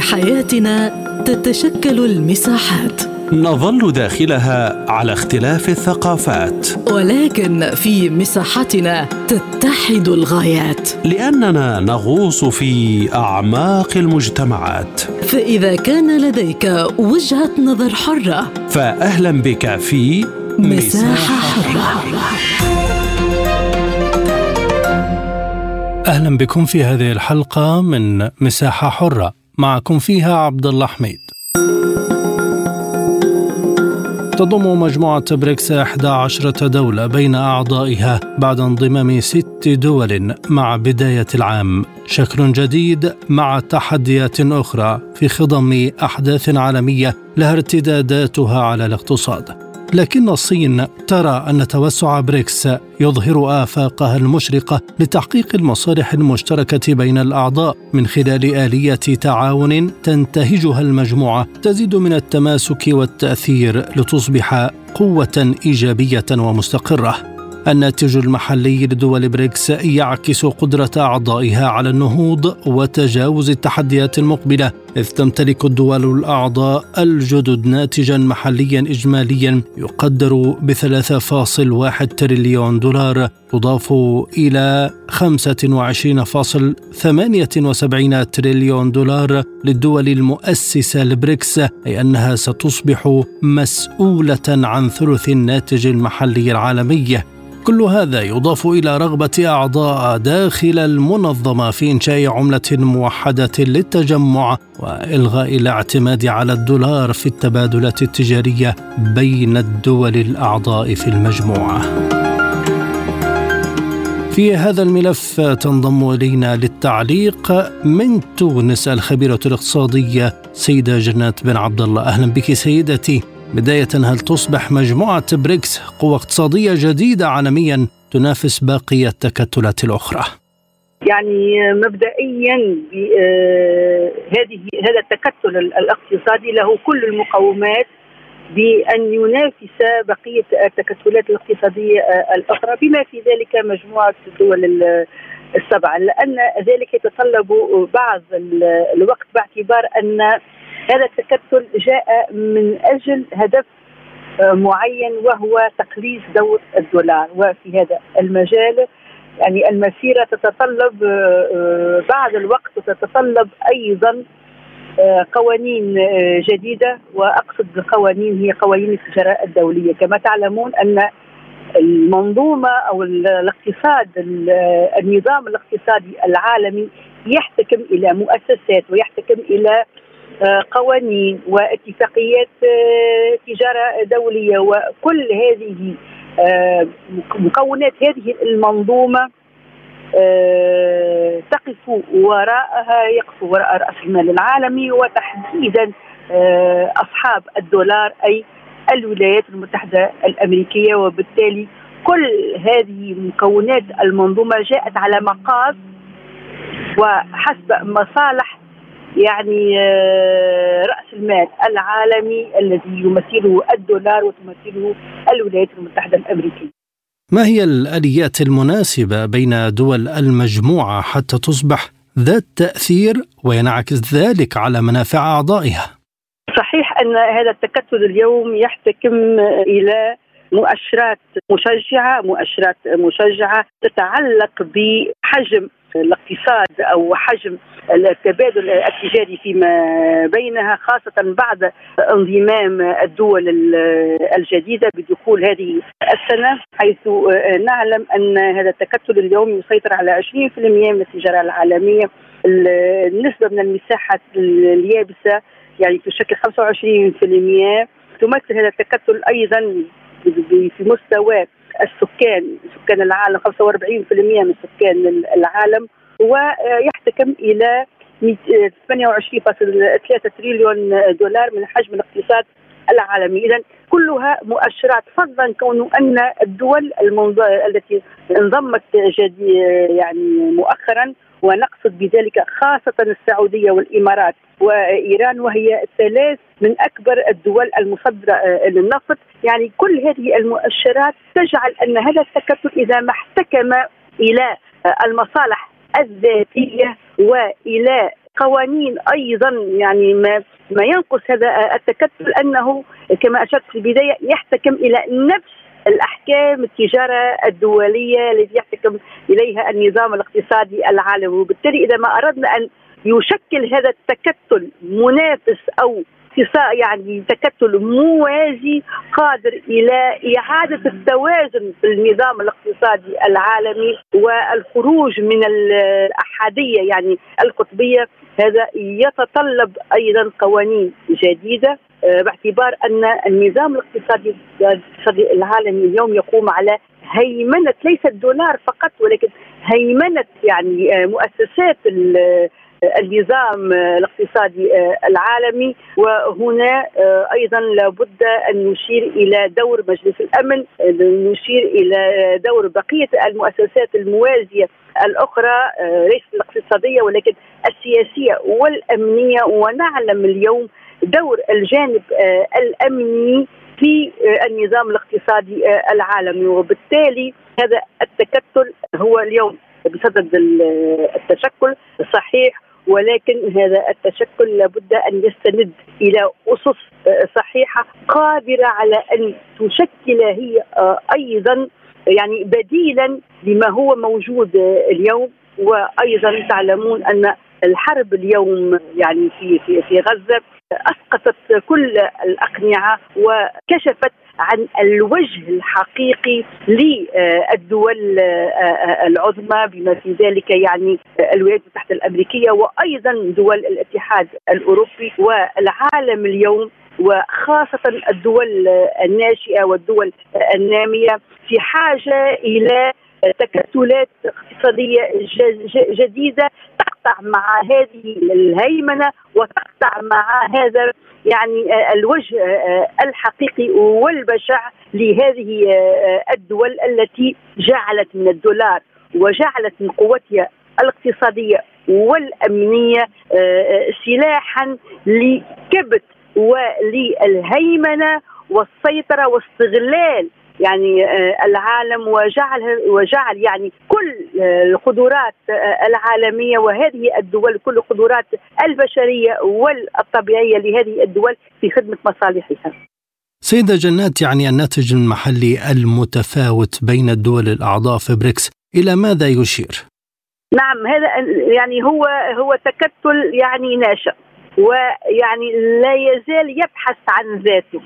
حياتنا تتشكل المساحات، نظل داخلها على اختلاف الثقافات، ولكن في مساحتنا تتحد الغايات، لأننا نغوص في أعماق المجتمعات. فإذا كان لديك وجهة نظر حرة، فأهلا بك في مساحة حرة. أهلا بكم في هذه الحلقة من مساحة حرة، معكم فيها عبد الله حميد. تضم مجموعة بريكس 11 دولة بين أعضائها بعد انضمام 6 دول مع بداية العام، شكل جديد مع تحديات أخرى في خضم أحداث عالمية لها ارتداداتها على الاقتصاد. لكن الصين ترى أن توسع بريكس يظهر آفاقها المشرقة لتحقيق المصالح المشتركة بين الأعضاء من خلال آلية تعاون تنتهجها المجموعة تزيد من التماسك والتأثير لتصبح قوة إيجابية ومستقرة. الناتج المحلي لدول بريكس يعكس قدرة أعضائها على النهوض وتجاوز التحديات المقبلة، إذ تمتلك الدول الأعضاء الجدد ناتجا محليا إجماليا يقدر ب3.1 تريليون دولار، تضاف إلى 25.78 تريليون دولار للدول المؤسسة لبريكس، أي أنها ستصبح مسؤولة عن ثلث الناتج المحلي العالمي. كل هذا يضاف إلى رغبة أعضاء داخل المنظمة في إنشاء عملة موحدة للتجمع وإلغاء الاعتماد على الدولار في التبادلات التجارية بين الدول الأعضاء في المجموعة. في هذا الملف تنضم إلينا للتعليق من تونس الخبيرة الاقتصادية سيدة جنات بن عبد الله. أهلا بك سيدتي. بداية، هل تصبح مجموعة بريكس قوة اقتصادية جديدة عالميا تنافس باقي التكتلات الأخرى؟ يعني مبدئيا هذا التكتل الاقتصادي له كل المقومات بأن ينافس بقية التكتلات الاقتصادية الأخرى، بما في ذلك مجموعة الدول السبعة، لأن ذلك يتطلب بعض الوقت، باعتبار أن هذا التكتل جاء من أجل هدف معين، وهو تقليص دور الدولار. وفي هذا المجال يعني المسيرة تتطلب بعض الوقت، وتتطلب أيضا قوانين جديدة، وأقصد بقوانين هي قوانين التجارة الدولية. كما تعلمون أن المنظومة أو الاقتصاد، النظام الاقتصادي العالمي يحتكم إلى مؤسسات ويحتكم إلى قوانين واتفاقيات تجارة دولية، وكل هذه مكونات هذه المنظومة يقف وراء رأس المال العالمي، وتحديدا أصحاب الدولار أي الولايات المتحدة الأمريكية. وبالتالي كل هذه مكونات المنظومة جاءت على مقاس وحسب مصالح يعني رأس المال العالمي الذي يمثله الدولار وتمثله الولايات المتحدة الأمريكية. ما هي الآليات المناسبة بين دول المجموعة حتى تصبح ذات تأثير وينعكس ذلك على منافع أعضائها؟ صحيح أن هذا التكتل اليوم يحتكم إلى مؤشرات مشجعة تتعلق بحجم الاقتصاد أو حجم التبادل التجاري فيما بينها، خاصة بعد انضمام الدول الجديدة بدخول هذه السنة، حيث نعلم أن هذا التكتل اليوم يسيطر على 20% من التجارة العالمية. النسبة من المساحة اليابسة يعني تشكل 25%. تمثل هذا التكتل أيضا في مستوى سكان العالم 45% من سكان العالم، ويحتكم إلى 28.3 تريليون دولار من حجم الاقتصاد العالمي. إذن كلها مؤشرات، فضلا كون أن الدول التي انضمت يعني مؤخرا، ونقصد بذلك خاصة السعودية والإمارات وإيران، وهي 3 من أكبر الدول المصدرة للنفط. يعني كل هذه المؤشرات تجعل أن هذا التكتل إذا ما احتكم إلى المصالح الذاتية وإلى قوانين أيضا يعني ما ينقص هذا التكتل أنه كما أشرت في البداية يحتكم إلى نفس الأحكام التجارة الدولية التي يحتكم إليها النظام الاقتصادي العالمي. وبالتالي إذا ما أردنا أن يشكل هذا التكتل منافس أو يعني تكتل موازي قادر إلى إعادة التوازن في النظام الاقتصادي العالمي والخروج من الأحادية يعني القطبية، هذا يتطلب أيضا قوانين جديدة باعتبار أن النظام الاقتصادي العالمي اليوم يقوم على هيمنة ليس الدولار فقط ولكن هيمنة يعني مؤسسات النظام الاقتصادي العالمي. وهنا أيضا لابد أن نشير إلى دور مجلس الأمن، نشير إلى دور بقية المؤسسات الموازية الأخرى ليس الاقتصادية ولكن السياسية والأمنية. ونعلم اليوم دور الجانب الأمني في النظام الاقتصادي العالمي، وبالتالي هذا التكتل هو اليوم بصدد التشكل صحيح، ولكن هذا التشكل لابد أن يستند إلى أسس صحيحة قادرة على أن تشكل هي أيضا يعني بديلا لما هو موجود اليوم. وأيضا تعلمون أن الحرب اليوم يعني في غزة أسقطت كل الأقنعة وكشفت عن الوجه الحقيقي للدول العظمى بما في ذلك يعني الولايات المتحدة الأمريكية وأيضا دول الاتحاد الأوروبي والعالم اليوم، وخاصة الدول الناشئة والدول النامية في حاجة إلى تكتلات اقتصادية جديدة تقطع مع هذه الهيمنة وتقطع مع هذا يعني الوجه الحقيقي والبشع لهذه الدول التي جعلت من الدولار وجعلت من قوتها الاقتصادية والأمنية سلاحا لكبت وللهيمنة والسيطرة واستغلال يعني العالم، وجعل يعني كل القدرات العالمية وهذه الدول كل القدرات البشرية والطبيعية لهذه الدول في خدمة مصالحها. سيدة جنات، يعني الناتج المحلي المتفاوت بين الدول الأعضاء في بريكس إلى ماذا يشير؟ نعم، هذا يعني هو تكتل يعني ناشئ ويعني لا يزال يبحث عن ذاته،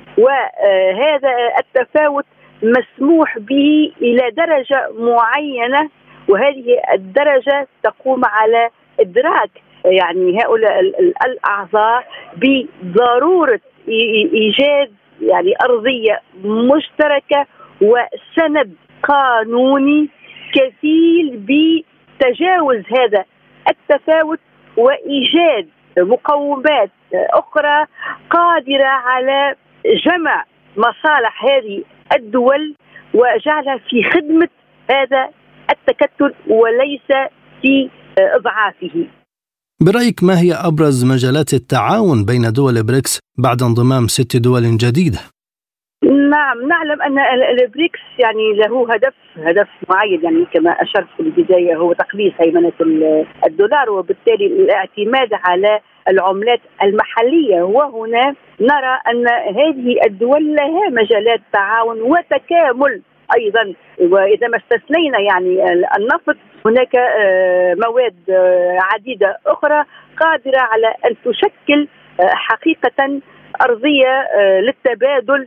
وهذا التفاوت مسموح به إلى درجة معينة، وهذه الدرجة تقوم على إدراك يعني هؤلاء الأعضاء بضرورة إيجاد يعني أرضية مشتركة وسند قانوني كفيل بتجاوز هذا التفاوت وإيجاد مقومات أخرى قادرة على جمع مصالح هذه الدول وجعلها في خدمة هذا التكتل وليس في إضعافه. برأيك ما هي أبرز مجالات التعاون بين دول بريكس بعد انضمام 6 دول جديدة؟ نعم، نعلم أن البريكس يعني له هدف معين، يعني كما أشرت في البداية هو تقليص هيمنة الدولار وبالتالي الاعتماد على العملات المحلية. وهنا نرى أن هذه الدول لها مجالات تعاون وتكامل أيضا، وإذا ما استثنينا يعني النفط هناك مواد عديدة أخرى قادرة على أن تشكل حقيقة أرضية للتبادل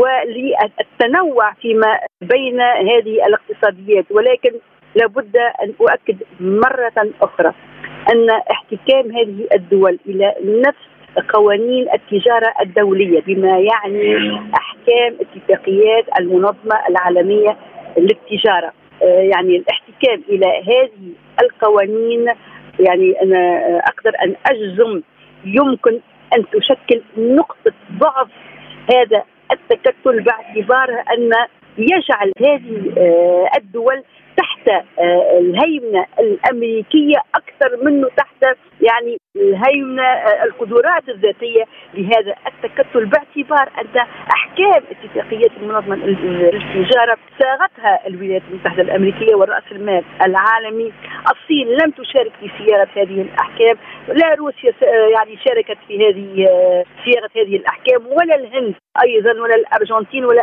وللتنوع فيما بين هذه الاقتصاديات. ولكن لابد أن أؤكد مرة أخرى أن احتكام هذه الدول إلى نفس قوانين التجارة الدولية بما يعني أحكام اتفاقيات المنظمة العالمية للتجارة، يعني الاحتكام إلى هذه القوانين يعني أنا أقدر أن أجزم يمكن أن تشكل نقطة ضعف هذا التكتل باعتبار أن يجعل هذه الدول تحت الهيمنة الأمريكية أكثر منه تحت يعني الهيمنة القدرات الذاتية لهذا التكتل، باعتبار أن أحكام اتفاقيات المنظمة التجارة صاغتها الولايات المتحدة الأمريكية ورأس المال العالمي الصين لم تشارك في صياغة هذه الأحكام، لا روسيا يعني شاركت في هذه صياغة هذه الأحكام، ولا الهند أيضا، ولا الأرجنتين، ولا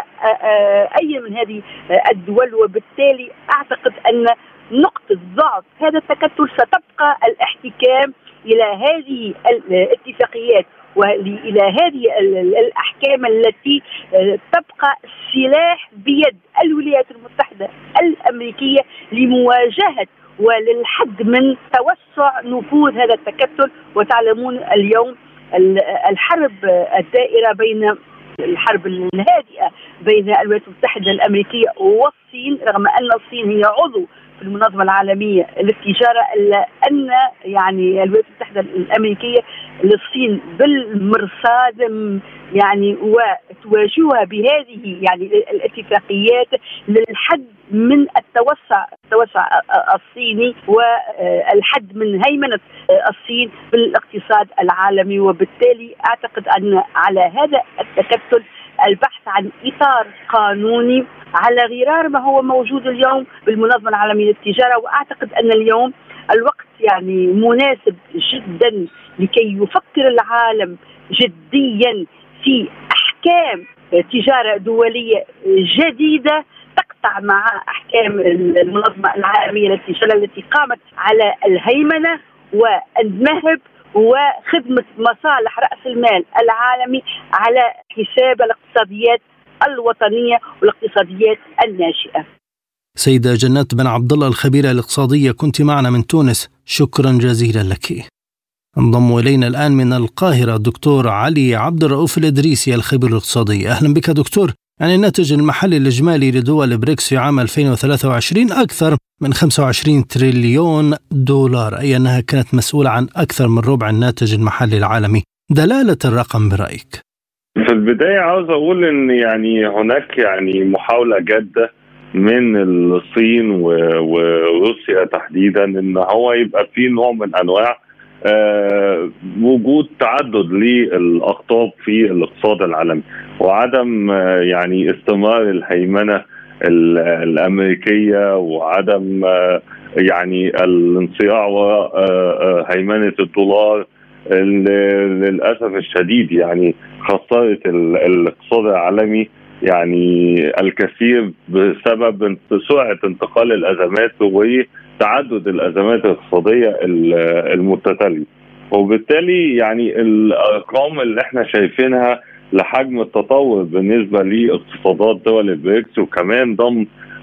أي من هذه الدول. وبالتالي أعتقد أن نقطة ضعف هذا التكتل ستبقى الاحتكام إلى هذه الاتفاقيات وإلى هذه الأحكام التي تبقى سلاح بيد الولايات المتحدة الأمريكية لمواجهة وللحد من توسع نفوذ هذا التكتل. وتعلمون اليوم الحرب الدائرة بين الحرب الهادئة بين الولايات المتحدة الأمريكية والصين، رغم أن الصين هي عضو في المنظمة العالمية للتجارة، إلا أن يعني الولايات المتحدة الأمريكية للصين بالمرصاد يعني وتواجهها بهذه يعني الاتفاقيات للحد من التوسع الصيني والحد من هيمنة الصين بالاقتصاد العالمي. وبالتالي أعتقد أن على هذا التكتل البحث عن إطار قانوني على غرار ما هو موجود اليوم بالمنظمة العالمية للتجارة. وأعتقد أن اليوم الوقت يعني مناسب جدا لكي يفكر العالم جديا في أحكام تجارة دولية جديدة تقطع مع أحكام المنظمة العالمية للتجارة التي قامت على الهيمنة والنهب وخدمة مصالح رأس المال العالمي على حساب الاقتصاديات الوطنية والاقتصاديات الناشئة. سيدة جنات بن عبد الله الخبيرة الاقتصادية، كنت معنا من تونس، شكرا جزيلا لك. انضم إلينا الآن من القاهرة الدكتور علي عبد الرؤوف الإدريسي الخبير الاقتصادي. أهلا بك دكتور. يعني الناتج المحلي الإجمالي لدول بريكس في عام 2023 أكثر من 25 تريليون دولار، أي أنها كانت مسؤولة عن أكثر من ربع الناتج المحلي العالمي. دلالة الرقم برأيك؟ في البداية عاوز أقول إن يعني هناك يعني محاولة جادة من الصين وروسيا تحديدا إن هو يبقى فيه نوع من أنواع وجود تعدد للأقطاب في الاقتصاد العالمي، وعدم يعني استمرار الهيمنة الأمريكية، وعدم يعني الانصياع وراء هيمنة الدولار. للأسف الشديد يعني خسرت الاقتصاد العالمي يعني الكثير بسبب سرعة انتقال الأزمات وتعدد الأزمات الاقتصادية المتتالية. وبالتالي يعني الأرقام اللي احنا شايفينها لحجم التطور بالنسبة لاقتصادات دول البريكس، وكمان ضم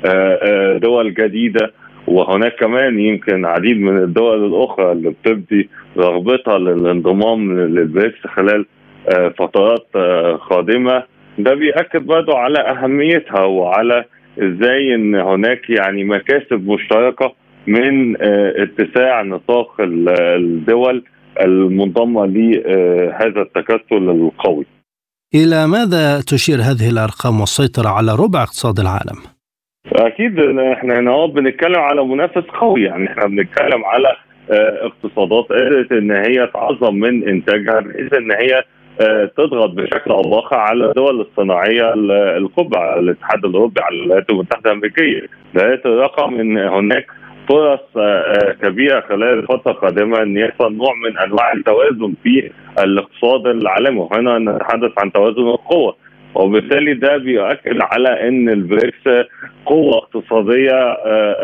دول جديدة، وهناك كمان يمكن عديد من الدول الأخرى اللي بتبدي رغبتها للانضمام للبريكس خلال فترات قادمة. ده بيأكد برضو على أهميتها وعلى إزاي إن هناك يعني مكاسب مشتركة من اتساع نطاق الدول المنضمة لهذا التكتل القوي. إلى ماذا تشير هذه الأرقام والسيطرة على ربع اقتصاد العالم؟ أكيد احنا هنا بنتكلم على منافس قوي، يعني احنا بنتكلم على اقتصادات قدرت ان هي تعظم من انتاجها بحيث ان هي تضغط بشكل او باخر على الدول الصناعيه الكبرى، الاتحاد الاوروبي، على الولايات المتحده الامريكيه. ده الرقم ان هناك فرص كبيره خلال الفتره القادمه ان يحصل نوع من انواع التوازن في الاقتصاد العالمي، وهنا نتحدث عن توازن القوى. وبالتالي ده بيؤكد على ان البريكس قوه اقتصاديه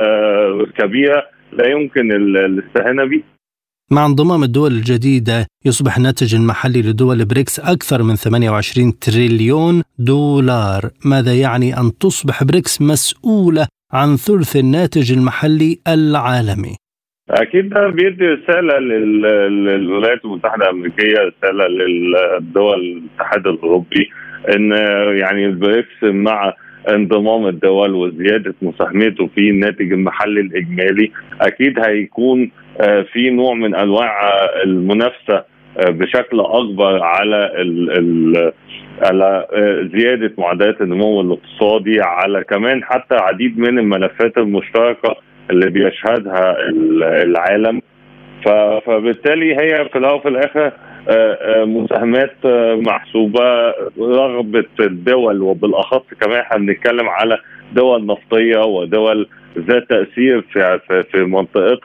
كبيره لا يمكن الاستهانه بها. مع انضمام الدول الجديدة يصبح الناتج المحلي لدول بريكس أكثر من 28 تريليون دولار. ماذا يعني أن تصبح بريكس مسؤولة عن ثلث الناتج المحلي العالمي؟ أكيد ده بيدي رسالة للولايات المتحدة الأمريكية، رسالة للدول الاتحاد الأوروبي، إن يعني البريكس مع انضمام الدول وزيادة مساهمته في الناتج المحلي الإجمالي أكيد هيكون في نوع من أنواع المنافسة بشكل أكبر على زيادة معدلات النمو الاقتصادي، على كمان حتى عديد من الملفات المشتركة اللي بيشهدها العالم. فبالتالي هي في الأول وفي الآخر مساهمات محسوبة، رغبة الدول، وبالأخص كمان احنا بنتكلم على دول نفطية ودول ذات تأثير في منطقتها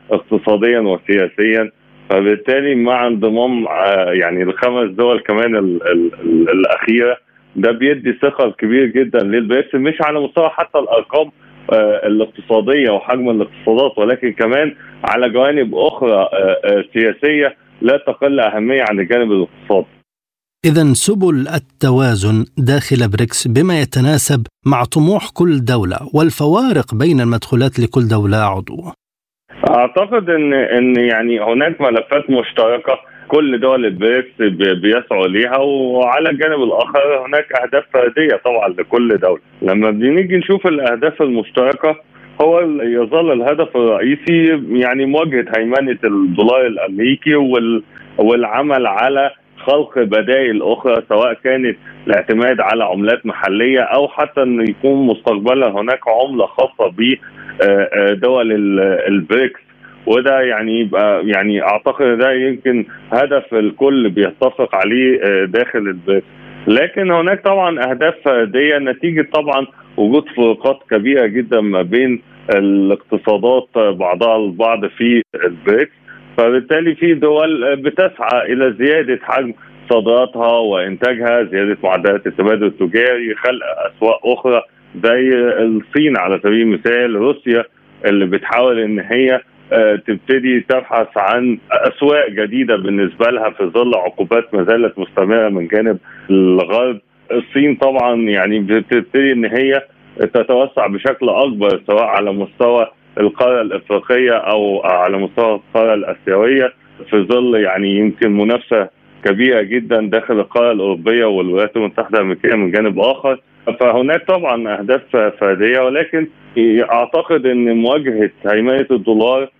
اقتصاديا وسياسيا. فبالتالي مع انضمام يعني الخمس دول كمان الأخيرة، ده بيدي ثقل كبير جدا للبريكس، مش على مستوى حتى الأرقام الاقتصادية وحجم الاقتصادات، ولكن كمان على جوانب أخرى سياسية لا تقل أهمية عن الجانب الاقتصادي. إذن سبل التوازن داخل بريكس بما يتناسب مع طموح كل دولة والفوارق بين المدخولات لكل دولة عضوة. أعتقد إن يعني هناك ملفات مشتركة كل دول البريكس بيسعوا ليها، وعلى الجانب الآخر هناك أهداف فردية طبعا لكل دولة. لما بنيجي نشوف الأهداف المشتركة، هو يظل الهدف الرئيسي يعني مواجهة هيمنة الدولار الأمريكي والعمل على خلق بدائل أخرى، سواء كانت الاعتماد على عملات محلية أو حتى أن يكون مستقبلا هناك عملة خاصة بدول البريكس. وده يعني يبقى يعني أعتقد ده يمكن هدف الكل بيتفق عليه داخل البريكس. لكن هناك طبعا أهداف فردية نتيجة طبعا وجود فروقات كبيرة جدا ما بين الاقتصادات بعضها البعض في البريكس. فبالتالي في دول بتسعى إلى زيادة حجم صادراتها وإنتاجها، زيادة معدلات التبادل التجاري، خلق أسواق أخرى زي الصين على سبيل المثال، روسيا اللي بتحاول إن هي تبتدي تبحث عن أسواق جديدة بالنسبة لها في ظل عقوبات ما زالت مستمرة من جانب الغرب. الصين طبعا يعني بتبتدي إن هي تتوسع بشكل أكبر سواء على مستوى القارة الإفريقية أو على مستوى القارة الآسيوية، في ظل يعني يمكن منافسة كبيرة جدا داخل القارة الأوروبية والولايات المتحدة الأمريكية من جانب آخر. فهناك طبعا أهداف فردية، ولكن أعتقد أن مواجهة هيمنة الدولار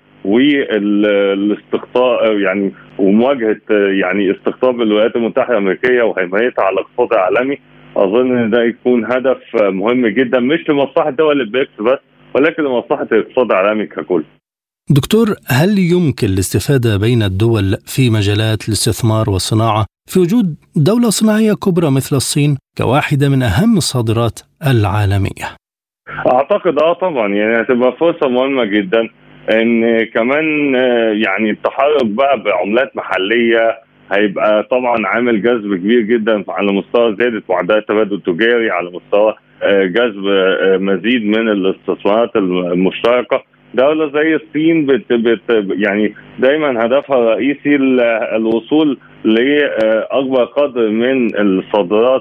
والاستقطاب يعني ومواجهة يعني استقطاب الولايات المتحدة الأمريكية وهيمنتها على الاقتصاد العالمي، أظن أن ده يكون هدف مهم جدا مش لمصلحة دول البريكس بس، ولكن لمصلحة الاقتصاد العالمي ككل. دكتور، هل يمكن الاستفادة بين الدول في مجالات الاستثمار والصناعة في وجود دولة صناعية كبرى مثل الصين كواحدة من أهم الصادرات العالمية؟ أعتقد طبعا يعني هتبقى فرصة مهمة جدا ان كمان يعني التحرك بقى بعملات محلية هيبقى طبعا عامل جذب كبير جدا على مستوى زيادة معدلات التبادل التجاري، على مستوى جذب مزيد من الاستثمارات المشتركة. دولة زي الصين يعني دايما هدفها الرئيسي الوصول لأكبر قدر من الصادرات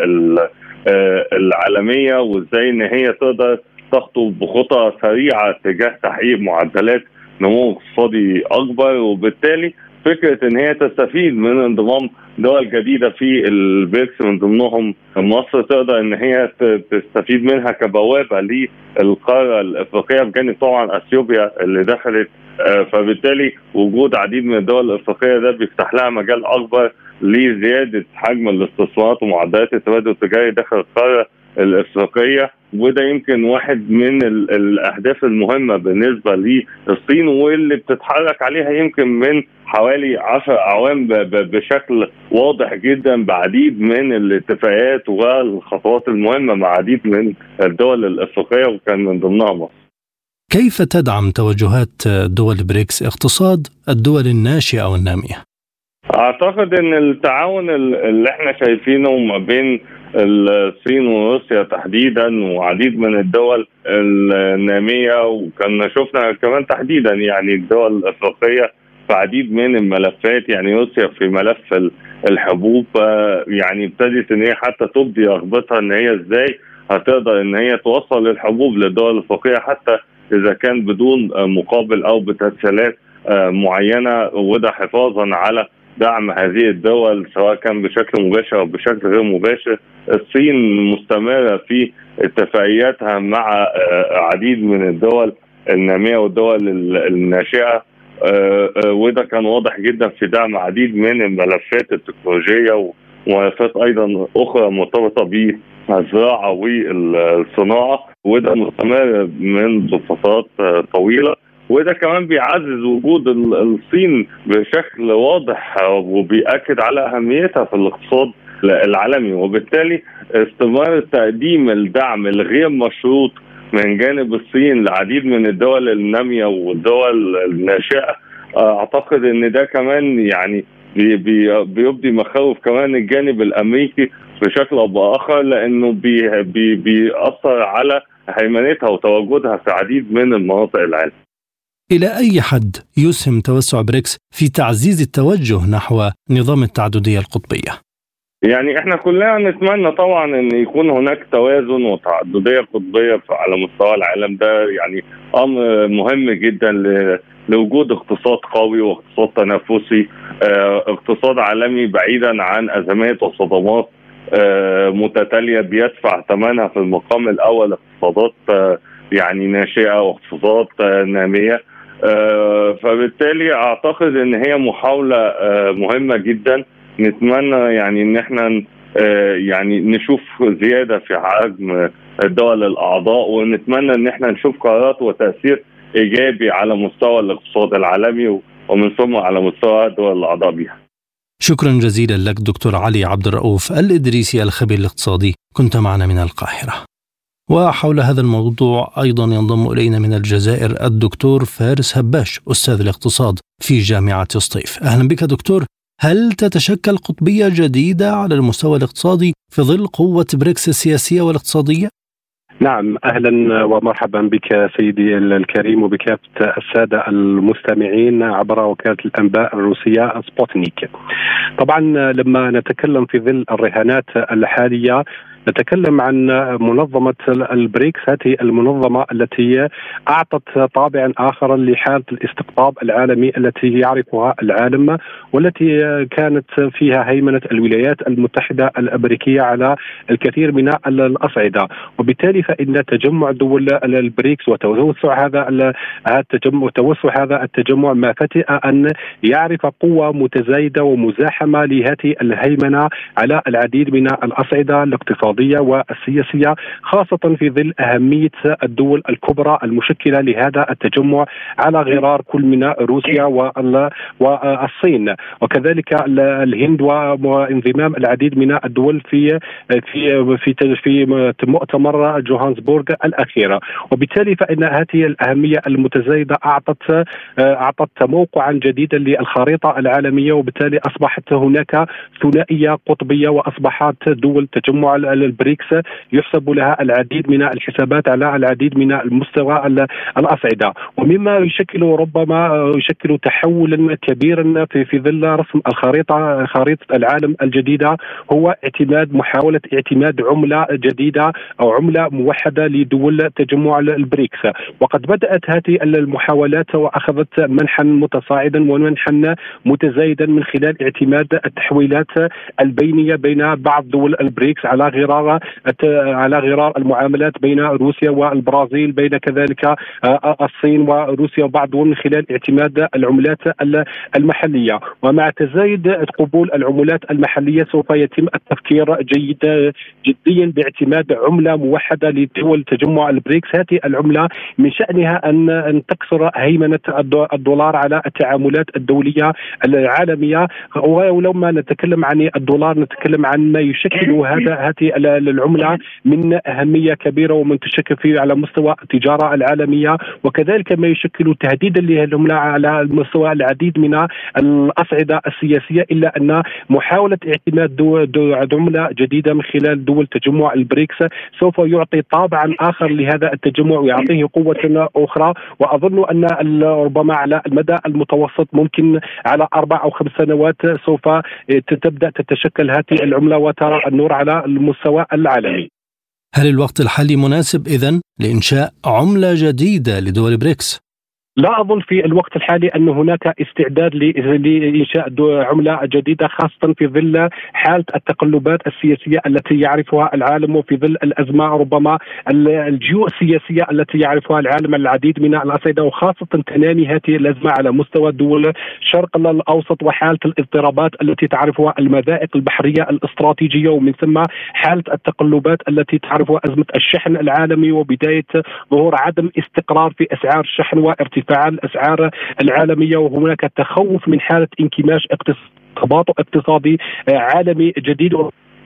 العالمية، وازاي ان هي تقدر تخطو بخطى سريعة تجاه تحقيق معدلات نمو اقتصادي أكبر. وبالتالي فكرة ان هي تستفيد من انضمام دول جديدة في البريكس من ضمنهم مصر، تقدر ان هي تستفيد منها كبوابة للقارة الافريقية بجانب طبعا اثيوبيا اللي دخلت. فبالتالي وجود عديد من الدول الافريقية ده بيفتح لها مجال اكبر لزيادة حجم الاستثمارات ومعدلات التبادل التجاري داخل القارة الافريقيه. وده يمكن واحد من الاهداف المهمه بالنسبه للصين، واللي بتتحرك عليها يمكن من حوالي 10 أعوام بشكل واضح جدا بعديد من الاتفاقات والخطوات المهمه مع عديد من الدول الافريقيه وكان من ضمنها مصر. كيف تدعم توجهات دول بريكس اقتصاد الدول الناشئه والناميه؟ اعتقد ان التعاون اللي احنا شايفينه ما بين الصين وروسيا تحديدا وعديد من الدول النامية، وكنا شفنا كمان تحديدا يعني الدول الأفريقية في عديد من الملفات. يعني روسيا في ملف الحبوب يعني ابتدت ان هي حتى تبدي رغبتها ان هي ازاي هتقدر ان هي توصل الحبوب للدول الأفريقية حتى اذا كان بدون مقابل او بتسهيلات معينة، وده حفاظا على دعم هذه الدول سواء كان بشكل مباشر أو بشكل غير مباشر. الصين مستمرة في اتفاقياتها مع عديد من الدول النامية والدول الناشئة، وده كان واضح جدا في دعم عديد من الملفات التكنولوجية وملفات أيضا أخرى مرتبطة بالزراعة والصناعة، وده مستمر منذ فترات طويلة. وده كمان بيعزز وجود الصين بشكل واضح وبيأكد على أهميتها في الاقتصاد العالمي. وبالتالي استمرار تقديم الدعم الغير مشروط من جانب الصين العديد من الدول النامية والدول الناشئة، أعتقد أن ده كمان يعني بيبدي مخاوف كمان الجانب الأمريكي بشكل أو بآخر، لأنه بيأثر على هيمنتها وتواجدها في عديد من المناطق العالم. إلى أي حد يسهم توسع بريكس في تعزيز التوجه نحو نظام التعددية القطبية؟ يعني احنا كلنا نتمنى طبعا ان يكون هناك توازن وتعددية قطبية على مستوى العالم. ده يعني امر مهم جدا لوجود اقتصاد قوي واقتصاد تنافسي، اقتصاد عالمي بعيدا عن ازمات وصدمات متتالية بيدفع ثمنها في المقام الاول اقتصادات يعني ناشئة واقتصادات نامية. فبالتالي اعتقد ان هي محاولة مهمة جدا. نتمنى يعني ان احنا يعني نشوف زيادة في حجم الدول الاعضاء، ونتمنى ان احنا نشوف قرارات وتأثير ايجابي على مستوى الاقتصاد العالمي ومن ثم على مستوى الدول الاعضاء بها. شكرا جزيلا لك دكتور علي عبد الرؤوف الإدريسي الخبير الاقتصادي، كنت معنا من القاهرة. وحول هذا الموضوع أيضا ينضم إلينا من الجزائر الدكتور فارس هباش أستاذ الاقتصاد في جامعة سطيف. أهلا بك دكتور. هل تتشكل قطبية جديدة على المستوى الاقتصادي في ظل قوة بريكس السياسية والاقتصادية؟ نعم، أهلا ومرحبا بك سيدي الكريم وبكافة السادة المستمعين عبر وكالة الأنباء الروسية سبوتنيك. طبعا لما نتكلم في ظل الرهانات الحالية نتكلم عن منظمة البريكس، هذه المنظمة التي أعطت طابعا آخر لحالة الاستقطاب العالمي التي يعرفها العالم، والتي كانت فيها هيمنة الولايات المتحدة الأمريكية على الكثير من الأصعدة. وبالتالي فإن تجمع دول البريكس وتوسع هذا التجمع ما فتئ أن يعرف قوة متزايدة ومزاحمة لهذه الهيمنة على العديد من الأصعدة الاقتصادية والسياسية، خاصة في ظل أهمية الدول الكبرى المشكلة لهذا التجمع على غرار كل من روسيا والصين وكذلك الهند، وانضمام العديد من الدول في في في في مؤتمر جوهانسبورغ الأخيرة. وبالتالي فإن هذه الأهمية المتزايدة أعطت موقعا جديدا للخريطة العالمية، وبالتالي أصبحت هناك ثنائية قطبية، وأصبحت دول تجمع البريكس يحسب لها العديد من الحسابات على العديد من المستوى الأصعدة، ومما ربما يشكل تحولا كبيرا في ظل رسم خريطة العالم الجديدة، هو محاولة اعتماد عملة جديدة أو عملة موحدة لدول تجمع البريكس. وقد بدأت هذه المحاولات وأخذت منحا متصاعدا ومنحا متزايدا من خلال اعتماد التحويلات البينية بين بعض دول البريكس على غرار المعاملات بين روسيا والبرازيل، بين كذلك الصين وروسيا وبعضهم، من خلال اعتماد العملات المحلية. ومع تزايد قبول العملات المحلية سوف يتم التفكير جديا باعتماد عملة موحدة لدول تجمع البريكس. هذه العملة من شأنها أن تكسر هيمنة الدولار على التعاملات الدولية العالمية. ولما نتكلم عن الدولار نتكلم عن ما يشكل هذه العملة من أهمية كبيرة ومن تشكل فيه على مستوى التجارة العالمية، وكذلك ما يشكل تهديدا للعملة على مستوى العديد من الأصعدة السياسية. إلا أن محاولة اعتماد عملة جديدة من خلال دول تجمع البريكس سوف يعطي طابعا آخر لهذا التجمع ويعطيه قوة أخرى. وأظن أن ربما على المدى المتوسط ممكن على 4 أو 5 سنوات سوف تبدأ تتشكل هذه العملة وترى النور على المستوى العالمي. هل الوقت الحالي مناسب إذن لإنشاء عملة جديدة لدول بريكس؟ لا أظن في الوقت الحالي أن هناك استعداد لإنشاء عملة جديدة، خاصة في ظل حالة التقلبات السياسية التي يعرفها العالم، وفي ظل الأزمة ربما الجيوسياسية التي يعرفها العالم العديد من الأصعدة، وخاصة تنامي هذه الأزمة على مستوى دول الشرق الأوسط وحالة الاضطرابات التي تعرفها المذائق البحرية الاستراتيجية، ومن ثم حالة التقلبات التي تعرفها أزمة الشحن العالمي وبداية ظهور عدم استقرار في أسعار الشحن وارتفاع الأسعار العالمية. وهناك تخوف من حالة انكماش تباطؤ اقتصادي عالمي جديد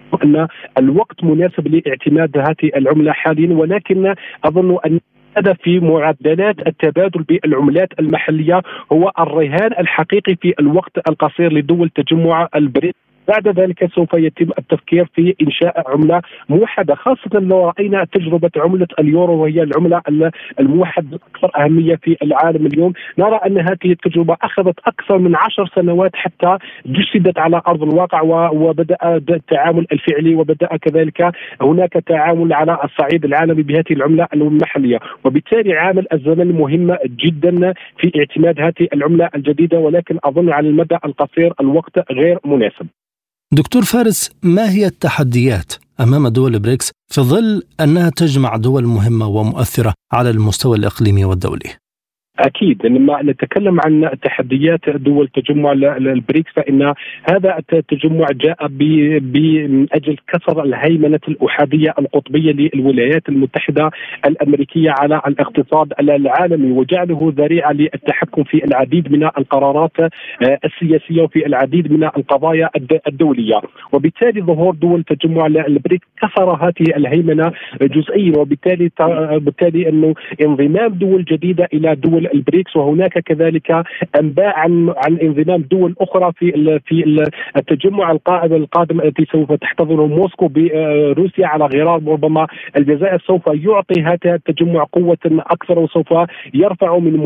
أن الوقت مناسب لاعتماد هذه العملة حاليا، ولكن أظن أن هذا في معدلات التبادل بالعملات المحلية هو الرهان الحقيقي في الوقت القصير لدول تجمع البريكس. بعد ذلك سوف يتم التفكير في إنشاء عملة موحدة، خاصة لو رأينا تجربة عملة اليورو وهي العملة الموحدة الأكثر أهمية في العالم اليوم. نرى أن هذه التجربة أخذت أكثر من 10 سنوات حتى جسدت على أرض الواقع وبدأ التعامل الفعلي، وبدأ كذلك هناك تعامل على الصعيد العالمي بهذه العملة المحلية، وبالتالي عامل الزمن مهم جدا في اعتماد هذه العملة الجديدة، ولكن أظن على المدى القصير الوقت غير مناسب. دكتور فارس، ما هي التحديات أمام دول البريكس في ظل أنها تجمع دول مهمة ومؤثرة على المستوى الإقليمي والدولي؟ أكيد لما نتكلم عن تحديات دول تجمع البريكس فإن هذا التجمع جاء من أجل كسر الهيمنة الأحادية القطبية للولايات المتحدة الأمريكية على الاقتصاد العالمي، وجعله ذريعة للتحكم في العديد من القرارات السياسية وفي العديد من القضايا الدولية. وبالتالي ظهور دول تجمع البريكس كسر هذه الهيمنة جزئيا، وبالتالي أنه انضمام دول جديدة إلى دول البريكس، وهناك كذلك انباء عن انضمام دول اخرى في التجمع القادم الذي سوف تحتضنه موسكو بروسيا على غرار ربما الجزائر، سوف يعطي هذا التجمع قوة اكثر، وسوف يرفع من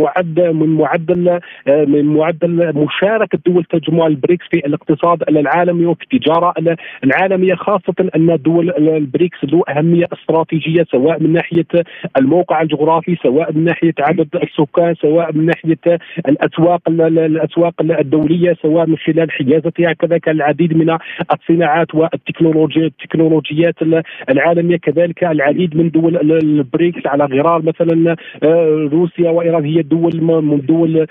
معدل مشاركة دول تجمع البريكس في الاقتصاد العالمي وفي التجارة العالمية، خاصة ان دول البريكس ذو اهمية استراتيجية سواء من ناحية الموقع الجغرافي، سواء من ناحية عدد السكان، سواء من ناحية الأسواق الدولية، سواء من خلال حيازتها كذلك العديد من الصناعات والتكنولوجيات العالمية. كذلك العديد من دول البريكس على غرار مثلا روسيا وإيران هي دول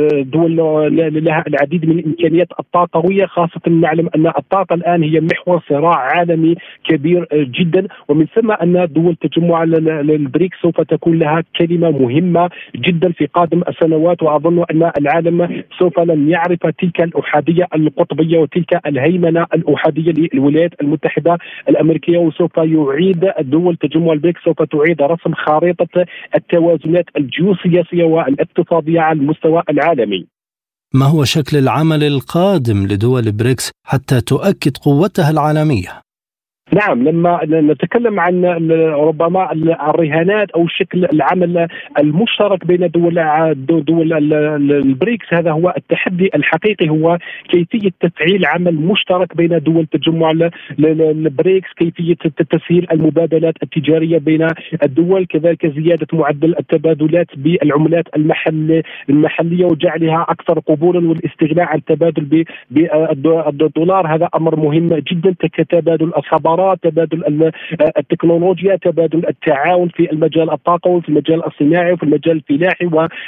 لها العديد من إمكانيات الطاقة قوية، خاصة نعلم أن الطاقة الآن هي محور صراع عالمي كبير جدا، ومن ثم أن دول تجمع البريكس سوف تكون لها كلمة مهمة جدا في قادم السنوات. وأظن أن العالم سوف لن يعرف تلك الأحادية القطبية وتلك الهيمنة الأحادية للولايات المتحدة الأمريكية، وسوف يعيد دول تجمع البريكس سوف تعيد رسم خارطة التوازنات الجيوسياسية والاقتصادية على المستوى العالمي. ما هو شكل العمل القادم لدول البريكس حتى تؤكد قوتها العالمية؟ نعم، لما نتكلم عن ربما الرهانات أو شكل العمل المشترك بين دول البريكس، هذا هو التحدي الحقيقي، هو كيفية تفعيل عمل مشترك بين دول تجمع البريكس، كيفية تسهيل المبادلات التجارية بين الدول، كذلك زيادة معدل التبادلات بالعملات المحلية وجعلها أكثر قبولا، والاستغناء عن التبادل بالدولار. هذا أمر مهم جدا كتبادل الخبرات، تبادل التكنولوجيا، تبادل التعاون في المجال الطاقوي، في المجال الصناعي، وفي المجال الفلاحي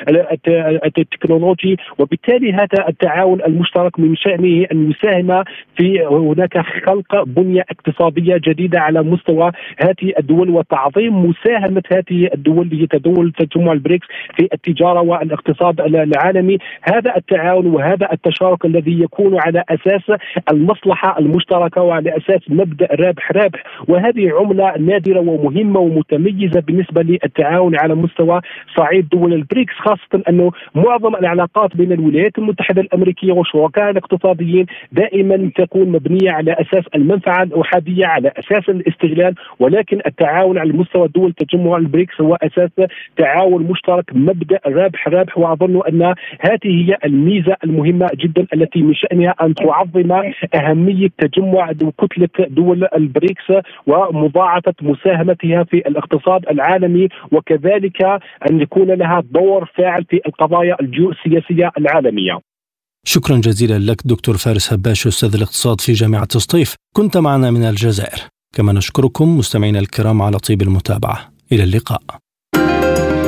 والتكنولوجي. وبالتالي هذا التعاون المشترك من شأنه أن يساهم في هناك خلق بنية اقتصادية جديدة على مستوى هذه الدول، وتعظيم مساهمة هذه الدول اللي تدول تجمع البريكس في التجارة والاقتصاد العالمي. هذا التعاون وهذا التشارك الذي يكون على أساس المصلحة المشتركة وعلى أساس مبدأ رابح، وهذه عملة نادرة ومهمة ومتميزة بالنسبة للتعاون على مستوى صعيد دول البريكس، خاصة أنه معظم العلاقات بين الولايات المتحدة الأمريكية وشركائها الاقتصاديين دائما تكون مبنية على أساس المنفعة الأحادية، على أساس الاستغلال، ولكن التعاون على مستوى دول تجمع البريكس هو أساس تعاون مشترك مبدأ رابح. وأظن أن هذه هي الميزة المهمة جدا التي من شأنها أن تعظم أهمية تجمع كتلة دول البريكس ومضاعفة مساهمتها في الاقتصاد العالمي، وكذلك أن يكون لها دور فاعل في القضايا الجيوسياسية العالمية. شكرا جزيلا لك دكتور فارس هباش، أستاذ الاقتصاد في جامعة سطيف، كنت معنا من الجزائر. كما نشكركم مستمعينا الكرام على طيب المتابعة. إلى اللقاء.